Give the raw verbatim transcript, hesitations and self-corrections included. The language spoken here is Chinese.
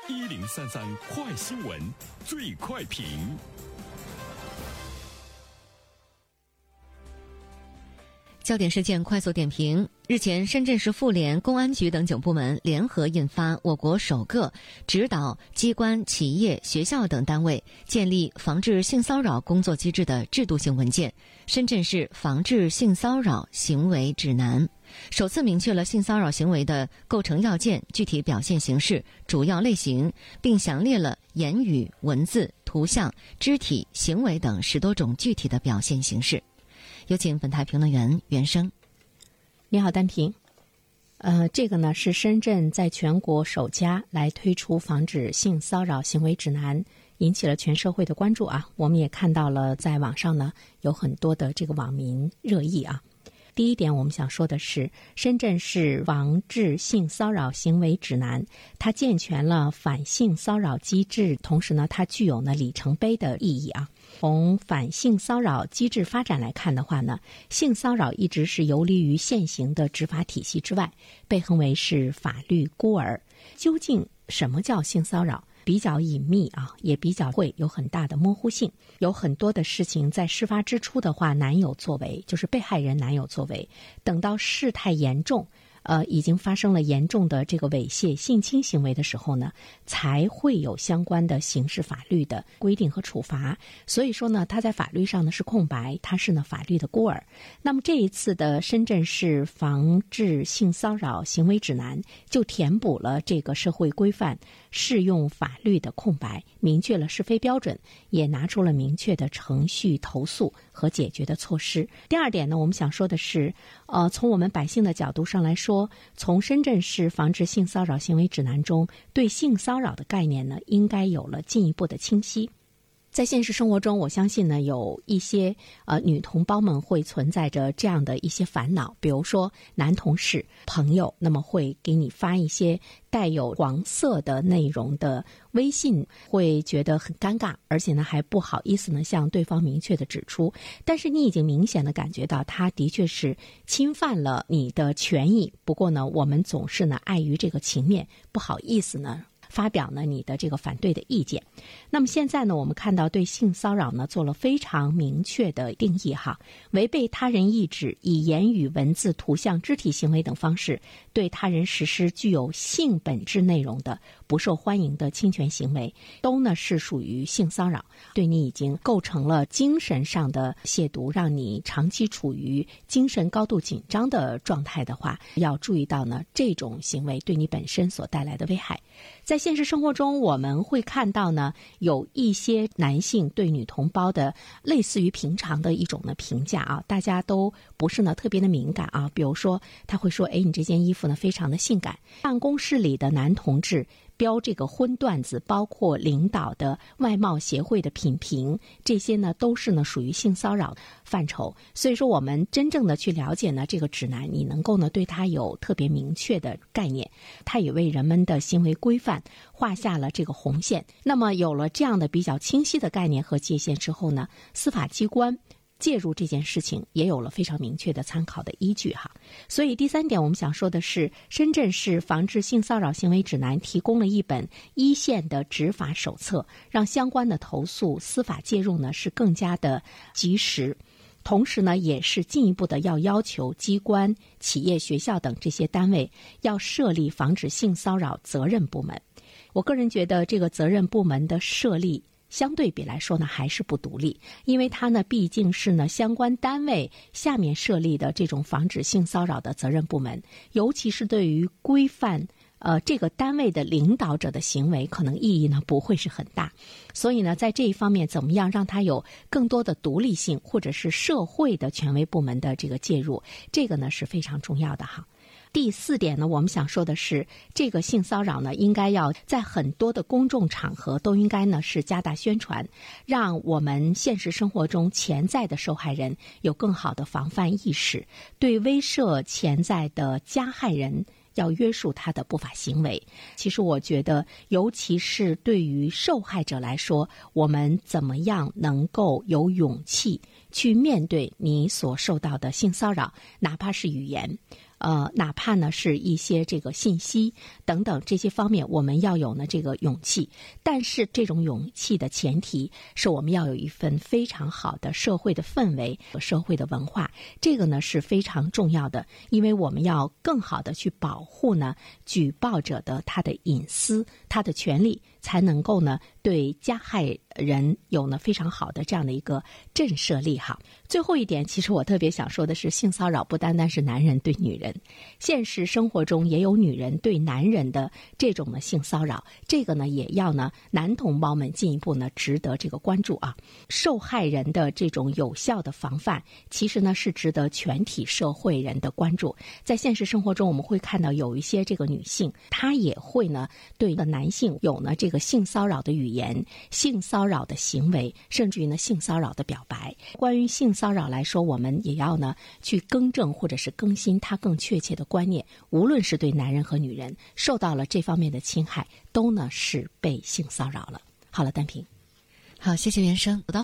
一零三三快新闻最快评。 焦点事件快速点评。日前，深圳市妇联、公安局等九部门联合印发我国首个指导机关、企业、学校等单位建立防治性骚扰工作机制的制度性文件《深圳市防治性骚扰行为指南》，首次明确了性骚扰行为的构成要件、具体表现形式、主要类型，并详列了言语、文字、图像、肢体、行为等十多种具体的表现形式。有请本台评论员袁生。 你好，丹平。呃，这个呢是深圳在全国首家来推出防止性骚扰行为指南，引起了全社会的关注啊。我们也看到了在网上呢有很多的这个网民热议啊。第一点，我们想说的是，深圳市防治性骚扰行为指南，它健全了反性骚扰机制，同时呢，它具有呢里程碑的意义啊。从反性骚扰机制发展来看的话呢，性骚扰一直是游离于现行的执法体系之外，被称为是法律孤儿。究竟什么叫性骚扰？比较隐秘啊，也比较会有很大的模糊性，有很多的事情在事发之初的话难有作为，就是被害人难有作为，等到事态严重，呃，已经发生了严重的这个猥亵、性侵行为的时候呢，才会有相关的刑事法律的规定和处罚。所以说呢，它在法律上呢是空白，它是呢法律的孤儿。那么这一次的深圳市防治性骚扰行为指南就填补了这个社会规范适用法律的空白，明确了是非标准，也拿出了明确的程序投诉和解决的措施。第二点呢，我们想说的是，呃，从我们百姓的角度上来说，从深圳市防治性骚扰行为指南中，对性骚扰的概念呢，应该有了进一步的清晰。在现实生活中，我相信呢，有一些呃女同胞们会存在着这样的一些烦恼，比如说男同事朋友，那么会给你发一些带有黄色的内容的微信，会觉得很尴尬，而且呢还不好意思呢向对方明确的指出，但是你已经明显的感觉到他的确是侵犯了你的权益，不过呢我们总是呢碍于这个情面，不好意思呢发表呢你的这个反对的意见。那么现在呢，我们看到对性骚扰呢做了非常明确的定义哈，违背他人意志，以言语、文字、图像、肢体行为等方式对他人实施具有性本质内容的不受欢迎的侵权行为，都呢是属于性骚扰。对你已经构成了精神上的亵渎，让你长期处于精神高度紧张的状态的话，要注意到呢这种行为对你本身所带来的危害。在现实生活中，我们会看到呢，有一些男性对女同胞的类似于平常的一种的评价啊，大家都不是呢特别的敏感啊。比如说，他会说：“哎，你这件衣服呢非常的性感。”办公室里的男同志标这个荤段子，包括领导的外贸协会的品评，这些呢都是呢属于性骚扰范畴。所以说，我们真正的去了解呢这个指南，你能够呢对它有特别明确的概念，它也为人们的行为规范画下了这个红线。那么有了这样的比较清晰的概念和界限之后呢，司法机关介入这件事情也有了非常明确的参考的依据哈。所以第三点我们想说的是，深圳市防治性骚扰行为指南提供了一本一线的执法手册，让相关的投诉司法介入呢是更加的及时。同时呢，也是进一步的要要求机关、企业、学校等这些单位要设立防止性骚扰责任部门。我个人觉得这个责任部门的设立相对比来说呢还是不独立，因为它呢毕竟是呢相关单位下面设立的这种防止性骚扰的责任部门，尤其是对于规范呃这个单位的领导者的行为，可能意义呢不会是很大。所以呢在这一方面怎么样让它有更多的独立性，或者是社会的权威部门的这个介入，这个呢是非常重要的哈。第四点呢，我们想说的是，这个性骚扰呢，应该要在很多的公众场合都应该呢是加大宣传，让我们现实生活中潜在的受害人有更好的防范意识，对威慑潜在的加害人要约束他的不法行为。其实我觉得，尤其是对于受害者来说，我们怎么样能够有勇气去面对你所受到的性骚扰，哪怕是语言。 呃，哪怕呢是一些这个信息等等这些方面，我们要有呢这个勇气。但是这种勇气的前提是我们要有一份非常好的社会的氛围和社会的文化，这个呢是非常重要的，因为我们要更好的去保护呢举报者的他的隐私、他的权利，才能够呢对加害人有呢非常好的这样的一个震慑力哈。最后一点，其实我特别想说的是，性骚扰不单单是男人对女人，现实生活中也有女人对男人的这种呢性骚扰，这个呢也要呢男同胞们进一步呢值得这个关注啊。受害人的这种有效的防范，其实呢是值得全体社会人的关注。在现实生活中，我们会看到有一些这个女性，她也会呢对一个男性有呢这个性骚扰的语言、性骚扰的行为，甚至于呢性骚扰的表白。关于性骚扰来说，我们也要呢去更正或者是更新它更确切的观念，无论是对男人和女人受到了这方面的侵害，都呢是被性骚扰了。好了，单平。 好，谢谢袁生。